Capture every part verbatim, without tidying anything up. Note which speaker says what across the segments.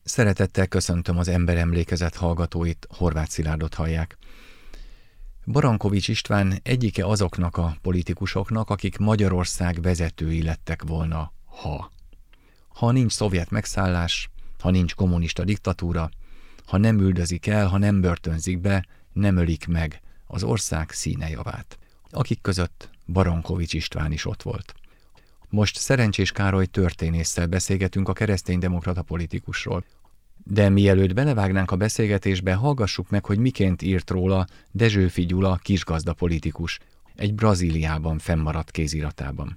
Speaker 1: Szeretettel köszöntöm az Emberemlékezet hallgatóit, Horváth Szilárdot hallják. Barankovics István egyike azoknak a politikusoknak, akik Magyarország vezetői lettek volna, ha. Ha nincs szovjet megszállás, ha nincs kommunista diktatúra, ha nem üldözik el, ha nem börtönzik be, nem ölik meg az ország színejavát. Akik között Barankovics István is ott volt. Most Szerencsés Károly történésszel beszélgetünk a kereszténydemokrata politikusról. De mielőtt belevágnánk a beszélgetésbe, hallgassuk meg, hogy miként írt róla Dezsőfi Gyula kisgazda politikus egy Brazíliában fennmaradt kéziratában.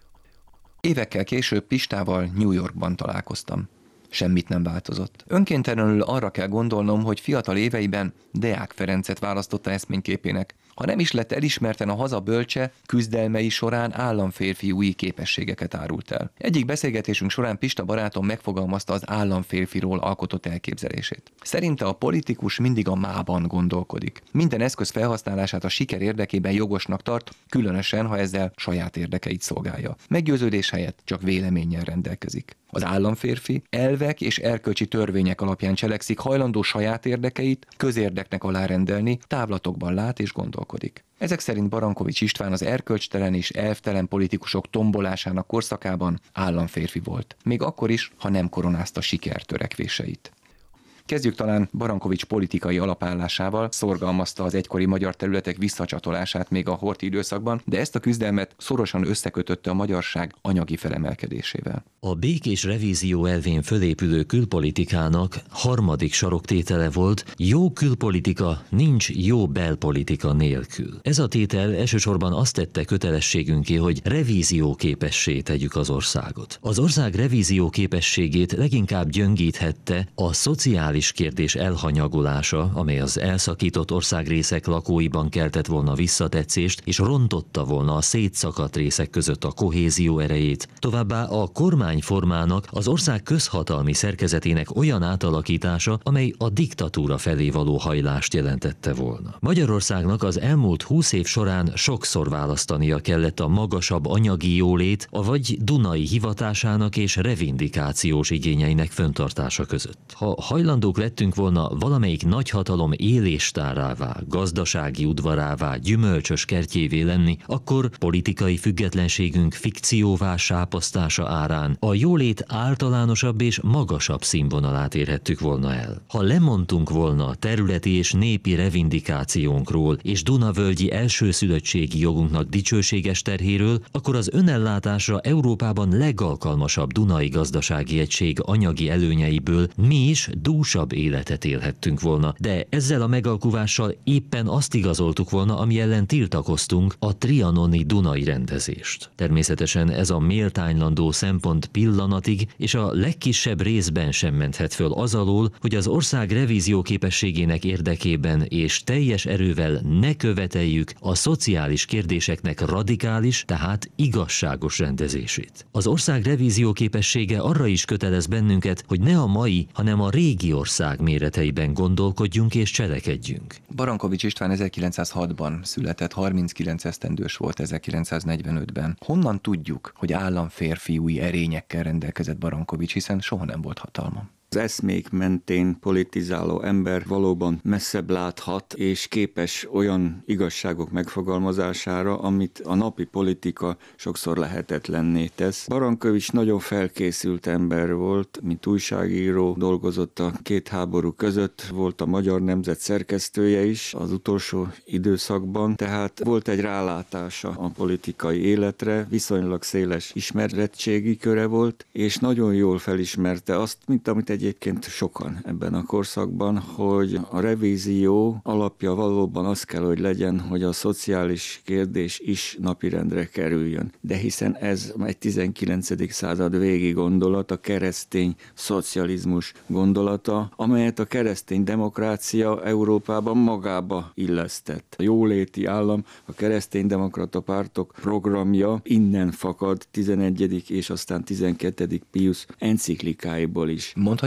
Speaker 2: Évekkel később Pistával New Yorkban találkoztam. Semmit nem változott. Önkéntelenül arra kell gondolnom, hogy fiatal éveiben Deák Ferencet választotta eszményképének. Ha nem is lett elismerten a haza bölcse, küzdelmei során államférfiúi képességeket árult el. Egyik beszélgetésünk során Pista barátom megfogalmazta az államférfiról alkotott elképzelését. Szerinte a politikus mindig a mában gondolkodik. Minden eszköz felhasználását a siker érdekében jogosnak tart, különösen, ha ezzel saját érdekeit szolgálja. Meggyőződés helyett csak véleménnyel rendelkezik. Az államférfi elvek és erkölcsi törvények alapján cselekszik, hajlandó saját érdekeit közérdeknek alárendelni, távlatokban lát és gondolkodik. Ezek szerint Barankovics István az erkölcstelen és elvtelen politikusok tombolásának korszakában államférfi volt. Még akkor is, ha nem koronázta sikertörekvéseit. Kezdjük talán Barankovics politikai alapállásával, szorgalmazta az egykori magyar területek visszacsatolását még a horthy időszakban, de ezt a küzdelmet szorosan összekötötte a magyarság anyagi felemelkedésével.
Speaker 3: A békés revízió elvén fölépülő külpolitikának harmadik saroktétele volt: jó külpolitika nincs jó belpolitika nélkül. Ez a tétel elsősorban azt tette kötelességünké, hogy revízióképessé tegyük az országot. Az ország revízióképességét leginkább gyöngíthette a szociális kérdés elhanyagolása, amely az elszakított országrészek lakóiban keltett volna visszatetszést, és rontotta volna a szétszakadt részek között a kohézió erejét. Továbbá a kormányformának, az ország közhatalmi szerkezetének olyan átalakítása, amely a diktatúra felé való hajlást jelentette volna. Magyarországnak az elmúlt húsz év során sokszor választania kellett a magasabb anyagi jólét, avagy Dunai hivatásának és revindikációs igényeinek fenntartása között. Ha hajlandók lettünk volna valamelyik nagyhatalom éléstárává, gazdasági udvarává, gyümölcsös kertjévé lenni, akkor politikai függetlenségünk fikcióvá sápasztása árán a jólét általánosabb és magasabb színvonalát érhettük volna el. Ha lemondtunk volna területi és népi revindikációnkról és Dunavölgyi elsőszülöttségi jogunknak dicsőséges terhéről, akkor az önellátásra Európában legalkalmasabb Dunai gazdasági egység anyagi előnyeiből mi is dúsabb életet élhettünk volna, de ezzel a megalkuvással éppen azt igazoltuk volna, ami ellen tiltakoztunk, a trianoni Dunai rendezést. Természetesen ez a méltánylandó szempont pillanatig és a legkisebb részben sem menthet föl az alól, hogy az ország revízióképességének érdekében és teljes erővel ne követeljük a szociális kérdéseknek radikális, tehát igazságos rendezését. Az ország revízióképessége arra is kötelez bennünket, hogy ne a mai, hanem a régi ország méreteiben gondolkodjunk és cselekedjünk.
Speaker 2: Barankovics István ezerkilencszázhatban született, harminckilenc esztendős volt ezerkilencszáznegyvenötben. Honnan tudjuk, hogy államférfiúi erényekkel rendelkezett Barankovics, hiszen soha nem volt hatalma?
Speaker 4: Az eszmék mentén politizáló ember valóban messzebb láthat, és képes olyan igazságok megfogalmazására, amit a napi politika sokszor lehetetlenné tesz. Barankovics nagyon felkészült ember volt, mint újságíró, dolgozott a két háború között, volt a Magyar Nemzet szerkesztője is az utolsó időszakban, tehát volt egy rálátása a politikai életre, viszonylag széles ismerettségi köre volt, és nagyon jól felismerte azt, mint amit egy egyébként sokan ebben a korszakban, hogy a revízió alapja valóban az kell, hogy legyen, hogy a szociális kérdés is napirendre kerüljön. De hiszen ez egy tizenkilencedik század végi gondolat, a keresztény szocializmus gondolata, amelyet a keresztény demokrácia Európában magába illesztett. A jóléti állam, a kereszténydemokrata pártok programja innen fakad tizenegyedik és aztán tizenkettedik Piusz enciklikáiból is.
Speaker 2: Mondhatjuk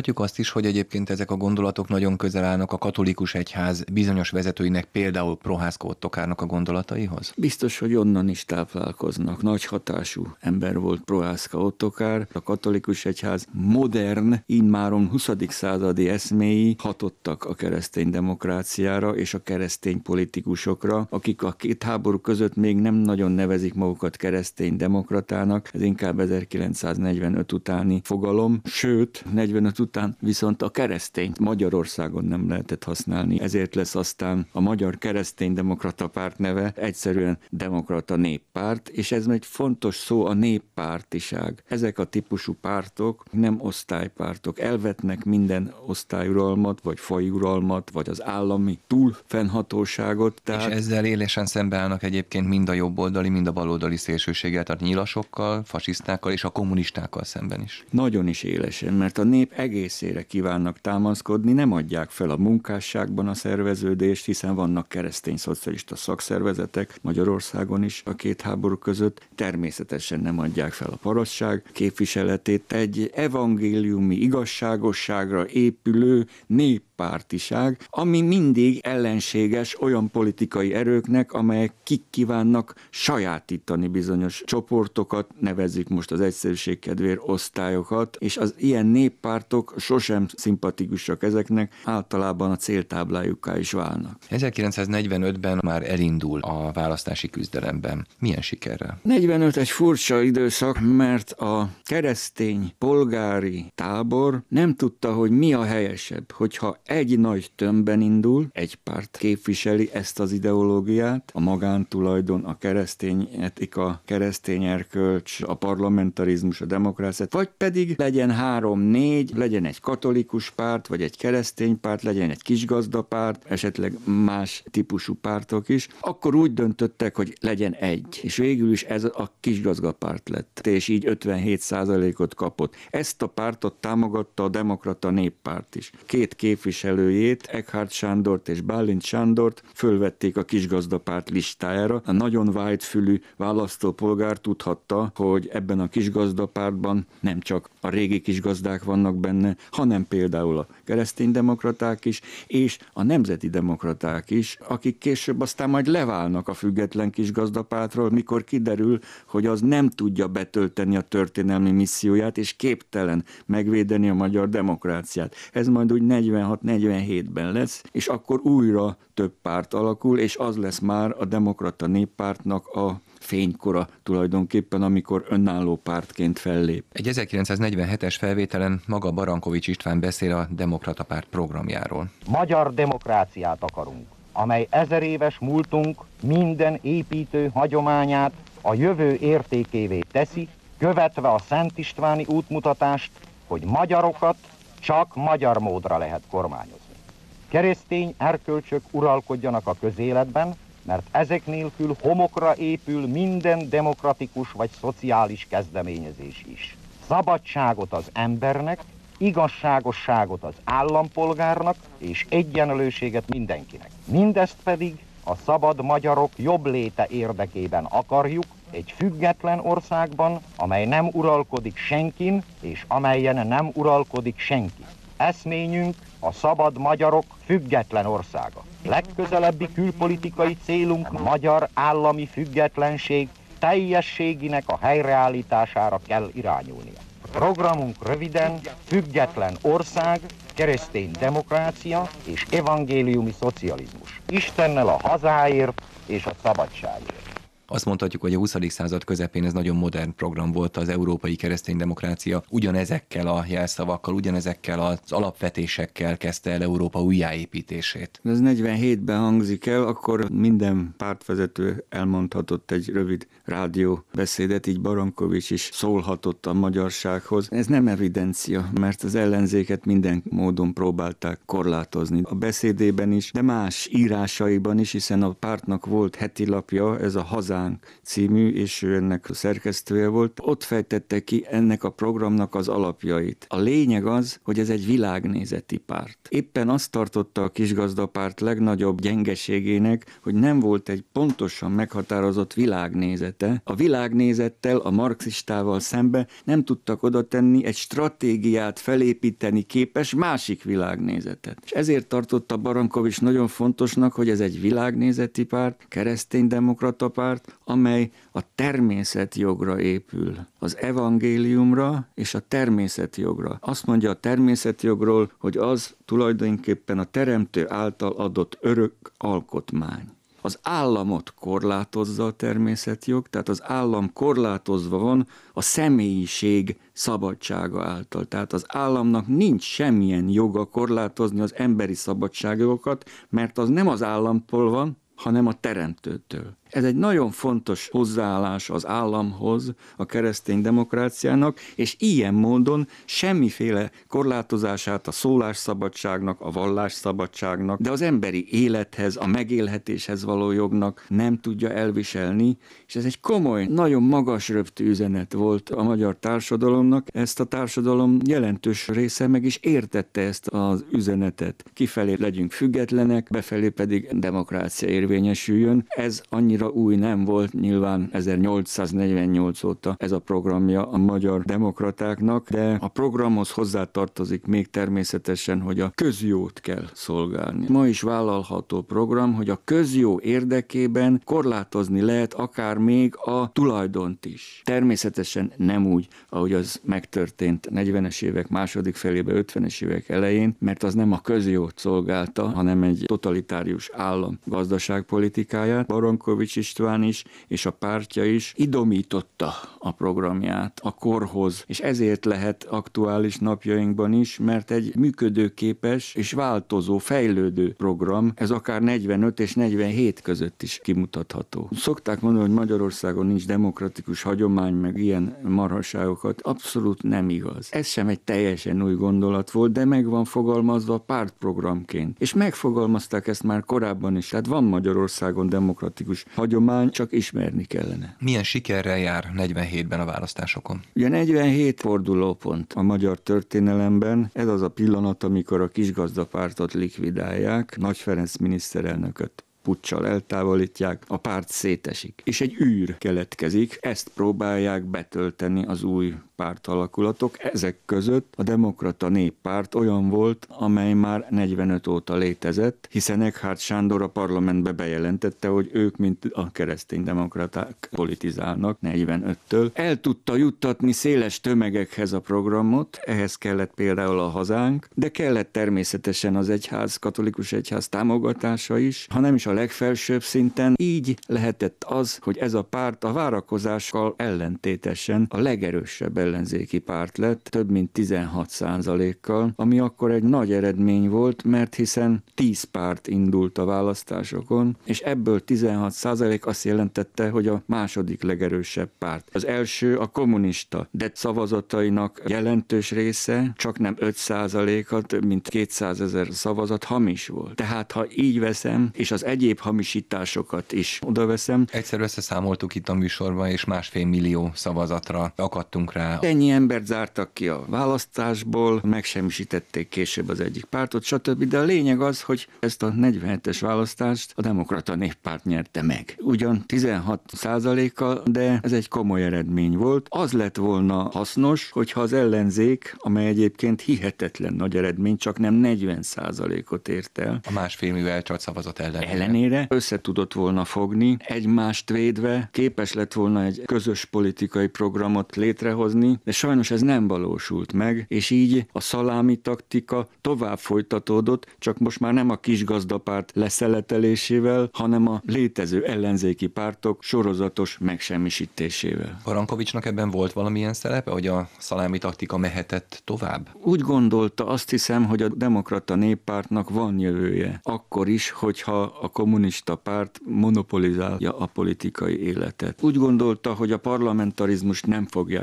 Speaker 2: Mondhatjuk azt is, hogy egyébként ezek a gondolatok nagyon közel állnak a katolikus egyház bizonyos vezetőinek, például Prohászka Ottokárnak a gondolataihoz?
Speaker 4: Biztos, hogy onnan is táplálkoznak. Nagy hatású ember volt Prohászka Ottokár. A katolikus egyház modern, immáron huszadik századi eszméi hatottak a keresztény demokráciára és a keresztény politikusokra, akik a két háború között még nem nagyon nevezik magukat keresztény demokratának, ez inkább ezerkilencszáznegyvenöt utáni fogalom, sőt, negyvenöt után viszont a keresztényt Magyarországon nem lehetett használni, ezért lesz aztán a Magyar Kereszténydemokrata Párt neve egyszerűen Demokrata Néppárt, és ez egy fontos szó, a néppártiság. Ezek a típusú pártok nem osztálypártok, elvetnek minden osztályuralmat, vagy fajuralmat, vagy az állami túlfennhatóságot. Tehát...
Speaker 2: És ezzel élesen szembeállnak egyébként mind a jobboldali, mind a baloldali szélsőséggel, tehát nyilasokkal, fasisztákkal és a kommunistákkal szemben is.
Speaker 4: Nagyon is élesen, mert a nép egészére kívánnak támaszkodni, nem adják fel a munkásságban a szerveződést, hiszen vannak keresztény szocialista szakszervezetek Magyarországon is a két háború között, természetesen nem adják fel a parasztság képviseletét, egy evangéliumi igazságosságra épülő néppártiság, ami mindig ellenséges olyan politikai erőknek, amelyek kik kívánnak sajátítani bizonyos csoportokat, nevezzük most az egyszerűség kedvéért osztályokat, és az ilyen néppártok sosem szimpatikusak ezeknek, általában a céltáblájukká is válnak.
Speaker 2: ezerkilencszáznegyvenötben már elindul a választási küzdelemben. Milyen sikerrel?
Speaker 4: negyvenöt egy furcsa időszak, mert a keresztény polgári tábor nem tudta, hogy mi a helyesebb, hogyha egy nagy tömbben indul, egy párt képviseli ezt az ideológiát, a magántulajdon, a keresztény etika, keresztény erkölcs, a parlamentarizmus, a demokrácia, vagy pedig legyen három-négy, legyen egy katolikus párt, vagy egy keresztény párt, legyen egy kisgazdapárt, esetleg más típusú pártok is, akkor úgy döntöttek, hogy legyen egy. És végül is ez a kisgazdapárt lett, és így ötvenhét százalékot kapott. Ezt a pártot támogatta a Demokrata Néppárt is. Két képviselőjét, Eckhard Sándort és Bálint Sándort fölvették a kisgazdapárt listájára. A nagyon vájtfülű választópolgár tudhatta, hogy ebben a kisgazdapártban nem csak a régi kisgazdák vannak benne, hanem például a kereszténydemokraták is, és a nemzeti demokraták is, akik később aztán majd leválnak a független kisgazdapártról, mikor kiderül, hogy az nem tudja betölteni a történelmi misszióját, és képtelen megvédeni a magyar demokráciát. Ez majd úgy negyvenhat-negyvenhétben lesz, és akkor újra több párt alakul, és az lesz már a Demokrata Néppártnak a fénykora tulajdonképpen, amikor önálló pártként fellép.
Speaker 2: Egy ezerkilencszáznegyvenhetes felvételen maga Barankovics István beszél a Demokrata Párt programjáról.
Speaker 5: Magyar demokráciát akarunk, amely ezer éves múltunk minden építő hagyományát a jövő értékévé teszi, követve a Szent Istváni útmutatást, hogy magyarokat csak magyar módra lehet kormányozni. Keresztény erkölcsök uralkodjanak a közéletben, mert ezek nélkül homokra épül minden demokratikus vagy szociális kezdeményezés is. Szabadságot az embernek, igazságosságot az állampolgárnak, és egyenlőséget mindenkinek. Mindezt pedig a szabad magyarok jobb léte érdekében akarjuk, egy független országban, amely nem uralkodik senkin, és amelyen nem uralkodik senki. Eszményünk a szabad magyarok független országa. Legközelebbi külpolitikai célunk magyar állami függetlenség teljességének a helyreállítására kell irányulnia. Programunk röviden független ország, keresztény demokrácia és evangéliumi szocializmus. Istennel a hazáért és a szabadságért.
Speaker 2: Azt mondhatjuk, hogy a huszadik század közepén ez nagyon modern program volt az európai kereszténydemokrácia. Ugyanezekkel a jelszavakkal, ugyanezekkel az alapvetésekkel kezdte el Európa újjáépítését.
Speaker 4: Ez negyvenhétben hangzik el, akkor minden pártvezető elmondhatott egy rövid rádióbeszédet, így Barankovics is szólhatott a magyarsághoz. Ez nem evidencia, mert az ellenzéket minden módon próbálták korlátozni. A beszédében is, de más írásaiban is, hiszen a pártnak volt heti lapja, ez a Hazám Hazánk című, és ő ennek a szerkesztője volt. Ott fejtette ki ennek a programnak az alapjait. A lényeg az, hogy ez egy világnézeti párt. Éppen azt tartotta a kisgazdapárt legnagyobb gyengeségének, hogy nem volt egy pontosan meghatározott világnézete. A világnézettel, a marxistával szembe nem tudtak oda tenni egy stratégiát felépíteni képes másik világnézetet. És ezért tartotta Barankovics nagyon fontosnak, hogy ez egy világnézeti párt, kereszténydemokrata párt, amely a természetjogra épül. Az evangéliumra és a természetjogra. Azt mondja a természetjogról, hogy az tulajdonképpen a teremtő által adott örök alkotmány. Az államot korlátozza a természetjog, tehát az állam korlátozva van a személyiség szabadsága által. Tehát az államnak nincs semmilyen joga korlátozni az emberi szabadságjogokat, mert az nem az államtól van, hanem a teremtőtől. Ez egy nagyon fontos hozzáállás az államhoz, a keresztény demokráciának, és ilyen módon semmiféle korlátozását a szólásszabadságnak, a vallásszabadságnak, de az emberi élethez, a megélhetéshez való jognak nem tudja elviselni, és ez egy komoly, nagyon magas röptű üzenet volt a magyar társadalomnak. Ezt a társadalom jelentős része meg is értette ezt az üzenetet. Kifelé legyünk függetlenek, befelé pedig demokrácia érvényesüljön. Ez annyira új nem volt, nyilván ezernyolcszáznegyvennyolc óta ez a programja a magyar demokratáknak, de a programhoz hozzátartozik még természetesen, hogy a közjót kell szolgálni. Ma is vállalható program, hogy a közjó érdekében korlátozni lehet akár még a tulajdont is. Természetesen nem úgy, ahogy az megtörtént negyvenes évek második felébe, ötvenes évek elején, mert az nem a közjót szolgálta, hanem egy totalitárius állam gazdaságpolitikáját. Barankovics István is, és a pártja is idomította a programját a korhoz, és ezért lehet aktuális napjainkban is, mert egy működőképes és változó, fejlődő program, ez akár negyvenöt és negyvenhét között is kimutatható. Szokták mondani, hogy Magyarországon nincs demokratikus hagyomány, meg ilyen marhaságokat. Abszolút nem igaz. Ez sem egy teljesen új gondolat volt, de meg van fogalmazva pártprogramként. És megfogalmazták ezt már korábban is. Tehát van Magyarországon demokratikus hagyomány, csak ismerni kellene.
Speaker 2: Milyen sikerrel jár negyvenhétben a választásokon?
Speaker 4: Ugye negyvenhét fordulópont a magyar történelemben. Ez az a pillanat, amikor a kisgazdapártot likvidálják, Nagy Ferenc miniszterelnököt puccsal eltávolítják, a párt szétesik. És egy űr keletkezik, ezt próbálják betölteni az új pártalakulatok. Ezek között a Demokrata Néppárt olyan volt, amely már negyvenöt óta létezett, hiszen Eckhardt Sándor a parlamentbe bejelentette, hogy ők, mint a kereszténydemokraták politizálnak negyvenöttől. El tudta juttatni széles tömegekhez a programot, ehhez kellett például a Hazánk, de kellett természetesen az egyház, katolikus egyház támogatása is, ha nem is a legfelsőbb szinten. Így lehetett az, hogy ez a párt a várakozással ellentétesen a legerősebb ellenzéki párt lett, több mint tizenhat százalékkal, ami akkor egy nagy eredmény volt, mert hiszen tíz párt indult a választásokon, és ebből tizenhat százalék azt jelentette, hogy a második legerősebb párt. Az első a kommunista, de szavazatainak jelentős része, csak nem öt százaléka, több mint kétszázezer szavazat hamis volt. Tehát ha így veszem, és az egyéb hamisításokat is odaveszem.
Speaker 2: Egyszer összeszámoltuk itt a műsorban, és másfél millió szavazatra akadtunk rá.
Speaker 4: Ennyi embert zártak ki a választásból, megsemmisítették később az egyik pártot, stb. De a lényeg az, hogy ezt a negyvenhetes választást a Demokrata Néppárt nyerte meg. Ugyan tizenhat százalékkal, de ez egy komoly eredmény volt. Az lett volna hasznos, hogyha az ellenzék, amely egyébként hihetetlen nagy eredmény, csak nem negyven százalékot ért el.
Speaker 2: A másfél millió elcsalt szavazat ellenére.
Speaker 4: ellenére össze tudott volna fogni, egymást védve, képes lett volna egy közös politikai programot létrehozni, de sajnos ez nem valósult meg, és így a szalámi taktika tovább folytatódott, csak most már nem a kisgazdapárt leszeletelésével, hanem a létező ellenzéki pártok sorozatos megsemmisítésével.
Speaker 2: Barankovicsnak ebben volt valamilyen szerepe, hogy a szalámi taktika mehetett tovább?
Speaker 4: Úgy gondolta, azt hiszem, hogy a Demokrata Néppártnak van jövője. Akkor is, hogyha a kommunista párt monopolizálja a politikai életet. Úgy gondolta, hogy a parlamentarizmust nem fogják felszámolni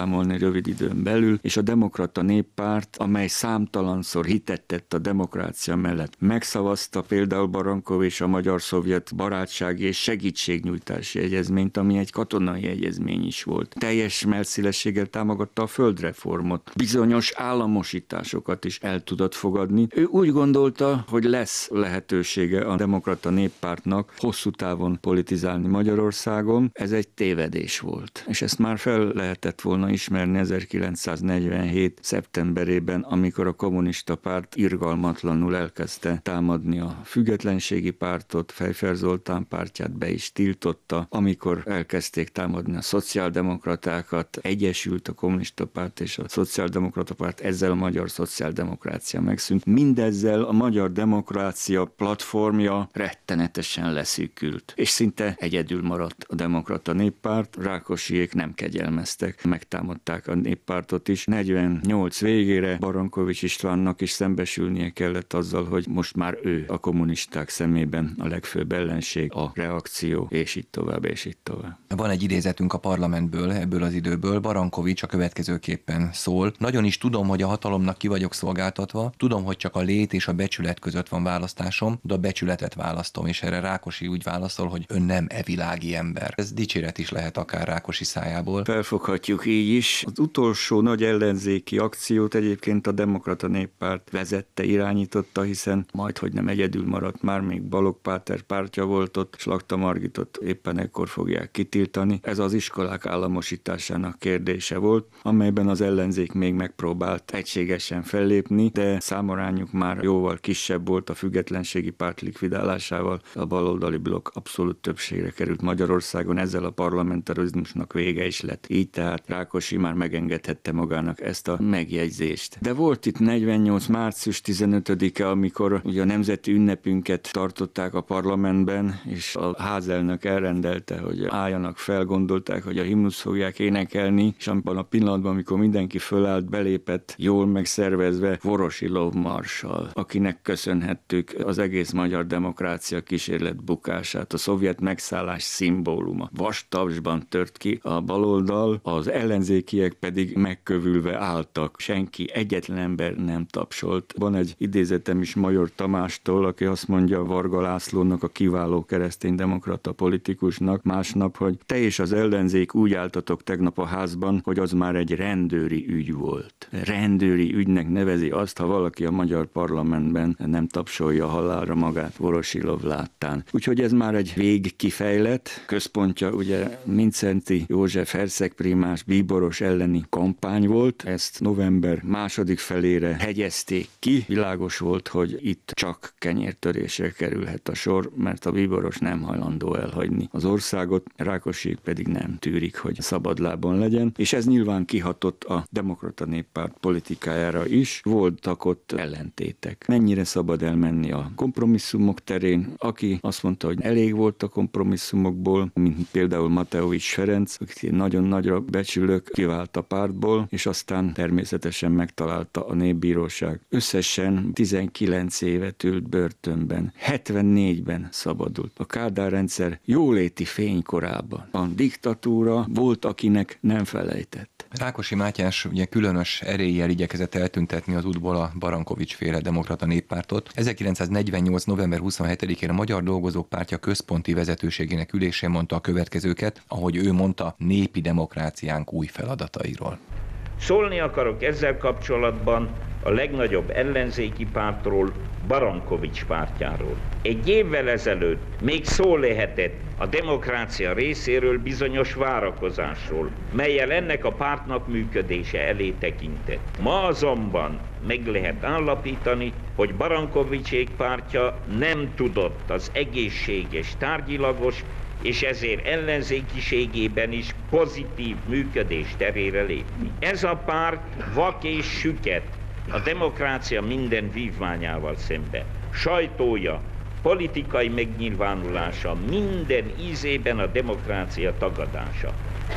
Speaker 4: felszámolni rövid időn belül, és a Demokrata Néppárt, amely számtalanszor hitet tett a demokrácia mellett, megszavazta például Barankovics a magyar-szovjet barátsági és segítségnyújtási egyezményt, ami egy katonai egyezmény is volt. Teljes mellszélességgel támogatta a földreformot. Bizonyos államosításokat is el tudott fogadni. Ő úgy gondolta, hogy lesz lehetősége a Demokrata Néppártnak hosszú távon politizálni Magyarországon. Ez egy tévedés volt. És ezt már fel lehetett volna ismerni ezerkilencszáznegyvenhét szeptemberében, amikor a kommunista párt irgalmatlanul elkezdte támadni a függetlenségi pártot, Pfeiffer Zoltán pártját be is tiltotta, amikor elkezdték támadni a szociáldemokratákat, egyesült a kommunista párt és a szociáldemokrata párt, ezzel a magyar szociáldemokrácia megszűnt. Mindezzel a magyar demokrácia platformja rettenetesen leszűkült, és szinte egyedül maradt a Demokrata Néppárt. Rákosiék nem kegyelmeztek, megtámadták a néppártot is. negyvennyolc végére Barankovics Istvánnak is szembesülnie kellett azzal, hogy most már ő a kommunisták szemében a legfőbb ellenség, a reakció, és így tovább, és így tovább.
Speaker 2: Van egy idézetünk a parlamentből, ebből az időből. Barankovics a következőképpen szól. Nagyon is tudom, hogy a hatalomnak ki vagyok szolgáltatva, tudom, hogy csak a lét és a becsület között van választásom, de a becsületet választom, és erre Rákosi úgy válaszol, hogy ön nem e világi ember. Ez dicséret is lehet akár Rákosi szájából.
Speaker 4: Felfoghatjuk így is. Az utolsó nagy ellenzéki akciót egyébként a Demokrata Néppárt vezette, irányította, hiszen majdhogy nem egyedül maradt, már még Balogh Páter pártja volt ott, Slakta Margitot éppen ekkor fogják kitiltani. Ez az iskolák államosításának kérdése volt, amelyben az ellenzék még megpróbált egységesen fellépni, de számarányuk már jóval kisebb volt a függetlenségi párt likvidálásával. A baloldali blokk abszolút többségre került Magyarországon, ezzel a parlamentarizmusnak vége is lett. Így tehát Rákosi már megengedhette magának ezt a megjegyzést. De volt itt negyvennyolc március tizenötödike, amikor ugye a nemzeti ünnepünket tartották a parlamentben, és a házelnök elrendelte, hogy álljanak fel, gondolták, hogy a himnusz fogják énekelni, és abban a pillanatban, amikor mindenki fölállt, belépett jól megszervezve Vorosilov marsal, akinek köszönhettük az egész magyar demokrácia kísérlet bukását, a szovjet megszállás szimbóluma. Vastapsban tört ki a baloldal, az ellenzékiek pedig megkövülve álltak. Senki, egyetlen ember nem tapsolt. Van egy idézetem is Major Tamástól, aki azt mondja Varga Lászlónak, a kiváló kereszténydemokrata politikusnak másnap, hogy te és az ellenzék úgy álltatok tegnap a házban, hogy az már egy rendőri ügy volt. Rendőri ügynek nevezi azt, ha valaki a magyar parlamentben nem tapsolja halálra magát Vorosilov láttán. Úgyhogy ez már egy végkifejlett központja, ugye Mindszenty József hercegprímás bíboros elleni kampány volt. Ezt november második felére hegyezték ki. Világos volt, hogy itt csak kenyértörésre kerülhet a sor, mert a bíboros nem hajlandó elhagyni az országot, Rákosi pedig nem tűrik, hogy szabadlábon legyen, és ez nyilván kihatott a Demokrata Néppárt politikájára is. Voltak ott ellentétek. Mennyire szabad elmenni a kompromisszumok terén? Aki azt mondta, hogy elég volt a kompromisszumokból, mint például Mateusz Ferenc, akit nagyon nagyra becsülök, kivált a pártból, és aztán természetesen megtalálta a népbíróság. Összesen tizenkilenc évet ült börtönben, hetvennégyben szabadult. A Kádár rendszer jóléti fénykorában. A diktatúra volt, akinek nem felejtett.
Speaker 2: Rákosi Mátyás ugye különös eréllyel igyekezett eltüntetni az útból a Barankovics-féle Demokrata Néppártot. ezerkilencszáznegyvennyolc november huszonhetedikén a Magyar Dolgozók Pártja központi vezetőségének ülésén mondta a következőket, ahogy ő mondta, népi demokráciánk új feladatairól.
Speaker 6: Szólni akarok ezzel kapcsolatban a legnagyobb ellenzéki pártról, Barankovics pártjáról. Egy évvel ezelőtt még szó lehetett a demokrácia részéről bizonyos várakozásról, mellyel ennek a pártnak működése elé tekintett. Ma azonban meg lehet állapítani, hogy Barankovicsék pártja nem tudott az egészséges, tárgyilagos és ezért ellenzékiségében is pozitív működés terére lépni. Ez a párt vak és süket a demokrácia minden vívmányával szemben. Sajtója, politikai megnyilvánulása, minden ízében a demokrácia tagadása.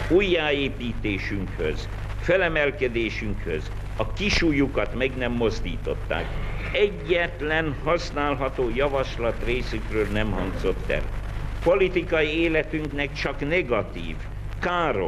Speaker 6: Újjáépítésünkhöz, felemelkedésünkhöz a kisújukat meg nem mozdították. Egyetlen használható javaslat részükről nem hangzott el. Politikai életünknek csak negatív, káros,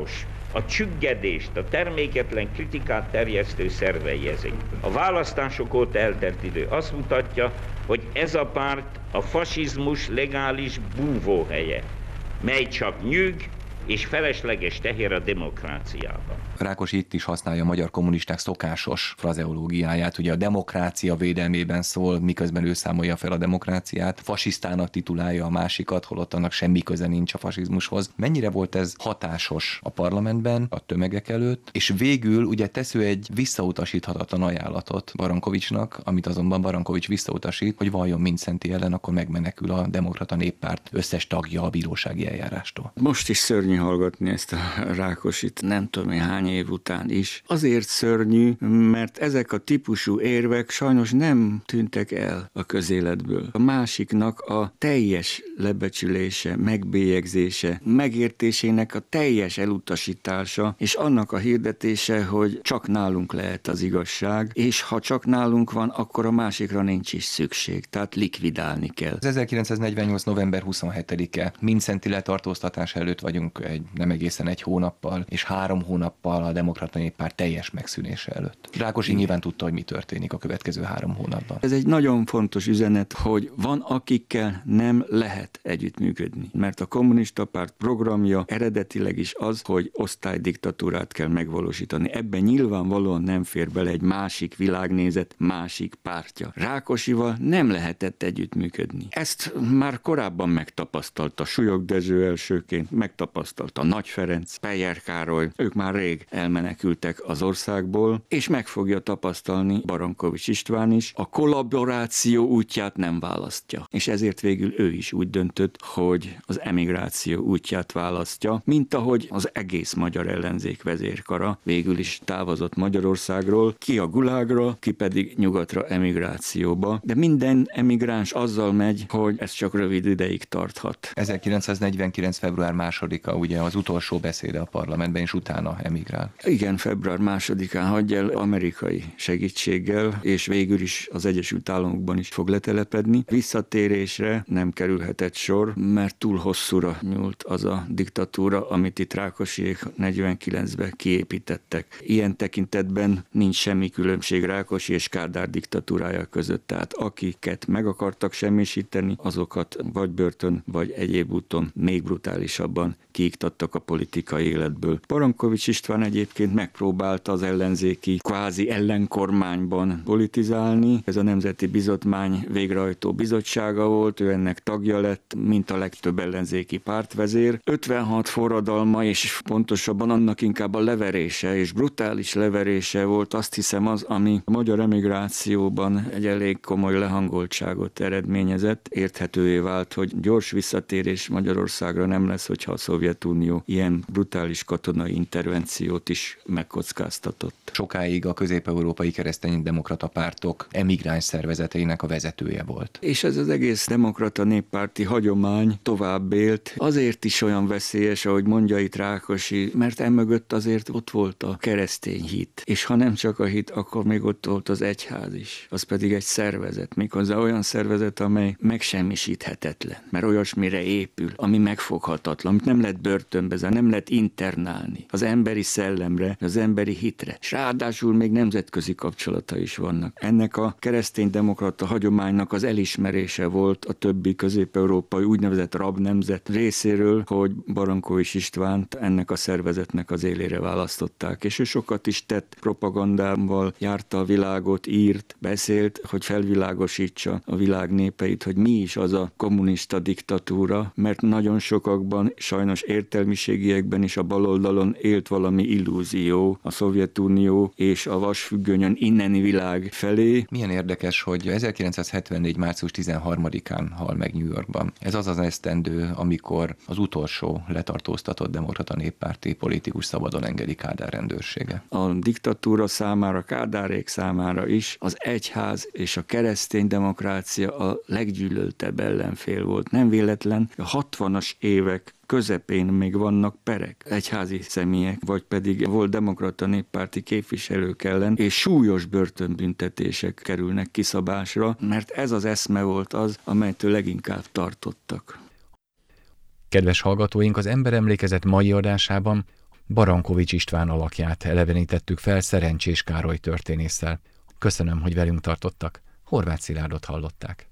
Speaker 6: a csüggedést, a terméketlen kritikát terjesztő szervei ezek. A választások óta eltelt idő azt mutatja, hogy ez a párt a fasizmus legális búvóhelye, mely csak nyűg és felesleges teher a demokráciában.
Speaker 2: Rákosi itt is használja a magyar kommunisták szokásos frazeológiáját, ugye a demokrácia védelmében szól, miközben ő számolja fel a demokráciát, fasisztának titulálja a másikat, holott annak semmi köze nincs a fasizmushoz. Mennyire volt ez hatásos a parlamentben, a tömegek előtt, és végül ugye tesz ő egy visszautasíthatatlan ajánlatot Barankovicsnak, amit azonban Barankovics visszautasít, hogy valljon Mindszenty ellen, akkor megmenekül a Demokrata Néppárt összes tagja a bírósági eljárástól.
Speaker 4: Most is szörnyű hallgatni ezt a Rákosit, nem tudom én hány év után is. Azért szörnyű, mert ezek a típusú érvek sajnos nem tűntek el a közéletből. A másiknak a teljes lebecsülése, megbélyegzése, megértésének a teljes elutasítása, és annak a hirdetése, hogy csak nálunk lehet az igazság, és ha csak nálunk van, akkor a másikra nincs is szükség, tehát likvidálni kell.
Speaker 2: Az ezerkilencszáznegyvennyolc. november huszonhetedike, Mindszenty letartóztatás előtt vagyunk egy, nem egészen egy hónappal, és három hónappal a Demokrata Néppárt teljes megszűnése előtt. Rákosi nyilván tudta, hogy mi történik a következő három hónapban.
Speaker 4: Ez egy nagyon fontos üzenet, hogy van, akikkel nem lehet együttműködni, mert a kommunista párt programja eredetileg is az, hogy osztálydiktatúrát kell megvalósítani. Ebben nyilvánvalóan nem fér bele egy másik világnézet, másik pártja. Rákosival nem lehetett együttműködni. Ezt már korábban megtapasztalta Súlyog Dezső elsőként, megtapasztalta Nagy Ferenc, Peyer Károly, ők már rég elmenekültek az országból, és meg fogja tapasztalni Barankovics István is, a kollaboráció útját nem választja. És ezért végül ő is úgy döntött, hogy az emigráció útját választja, mint ahogy az egész magyar ellenzék vezérkara végül is távozott Magyarországról, ki a gulágra, ki pedig nyugatra emigrációba. De minden emigráns azzal megy, hogy ez csak rövid ideig tarthat.
Speaker 2: ezerkilencszáznegyvenkilenc. február másodika ugye az utolsó beszéde a parlamentben, és utána emigrál.
Speaker 4: Igen, február másodikán hagyja el amerikai segítséggel, és végül is az Egyesült Államokban is fog letelepedni. Visszatérésre nem kerülhetett sor, mert túl hosszúra nyúlt az a diktatúra, amit itt Rákosiék negyvenkilencben kiépítettek. Ilyen tekintetben nincs semmi különbség Rákosi és Kádár diktatúrája között, tehát akiket meg akartak semmisíteni, azokat vagy börtön, vagy egyéb úton még brutálisabban kiiktattak a politikai életből. Barankovics István egyébként megpróbálta az ellenzéki kvázi ellenkormányban politizálni. Ez a Nemzeti Bizottmány végrehajtó bizottsága volt, ő ennek tagja lett, mint a legtöbb ellenzéki pártvezér. ötvenhat forradalma, és pontosabban annak inkább a leverése, és brutális leverése volt, azt hiszem az, ami a magyar emigrációban egy elég komoly lehangoltságot eredményezett. Érthetővé vált, hogy gyors visszatérés Magyarországra nem lesz, hogyha a Szovjetunió ilyen brutális katonai intervenciót is megkockáztatott.
Speaker 2: Sokáig a közép-európai kereszténydemokrata pártok emigráns szervezeteinek a vezetője volt.
Speaker 4: És ez az egész demokrata néppárti hagyomány tovább élt. Azért is olyan veszélyes, ahogy mondja itt Rákosi, mert emögött azért ott volt a keresztény hit. És ha nem csak a hit, akkor még ott volt az egyház is. Az pedig egy szervezet, méghozzá olyan szervezet, amely megsemmisíthetetlen, mert olyasmire épül, ami megfoghatatlan, amit nem lehet börtönbe zárni, nem lehet internálni. Az emberi szellemre, az emberi hitre. És ráadásul még nemzetközi kapcsolata is vannak. Ennek a kereszténydemokrata hagyománynak az elismerése volt a többi közép-európai úgynevezett rabnemzet részéről, hogy Barankovics Istvánt ennek a szervezetnek az élére választották. És ő sokat is tett propagandával, járta a világot, írt, beszélt, hogy felvilágosítsa a világ népeit, hogy mi is az a kommunista diktatúra, mert nagyon sokakban, sajnos értelmiségiekben is a baloldalon élt valami illúzió a Szovjetunió és a vasfüggönyön inneni világ felé.
Speaker 2: Milyen érdekes, hogy ezerkilencszázhetvennégy. március tizenharmadikán hal meg New Yorkban. Ez az az esztendő, amikor az utolsó letartóztatott demokrata néppárti politikus szabadon engedi Kádár rendőrsége.
Speaker 4: A diktatúra számára, Kádárék számára is az egyház és a keresztény demokrácia a leggyűlöltebb ellenfél volt. Nem véletlen, a hatvanas évek közepén még vannak perek, egyházi személyek, vagy pedig volt demokrata néppárti képviselők ellen, és súlyos börtönbüntetések kerülnek kiszabásra, mert ez az eszme volt az, amelytől leginkább tartottak.
Speaker 1: Kedves hallgatóink, az Emberemlékezet mai adásában Barankovics István alakját elevenítettük fel Szerencsés Károly történésszel. Köszönöm, hogy velünk tartottak. Horváth Szilárdot hallották.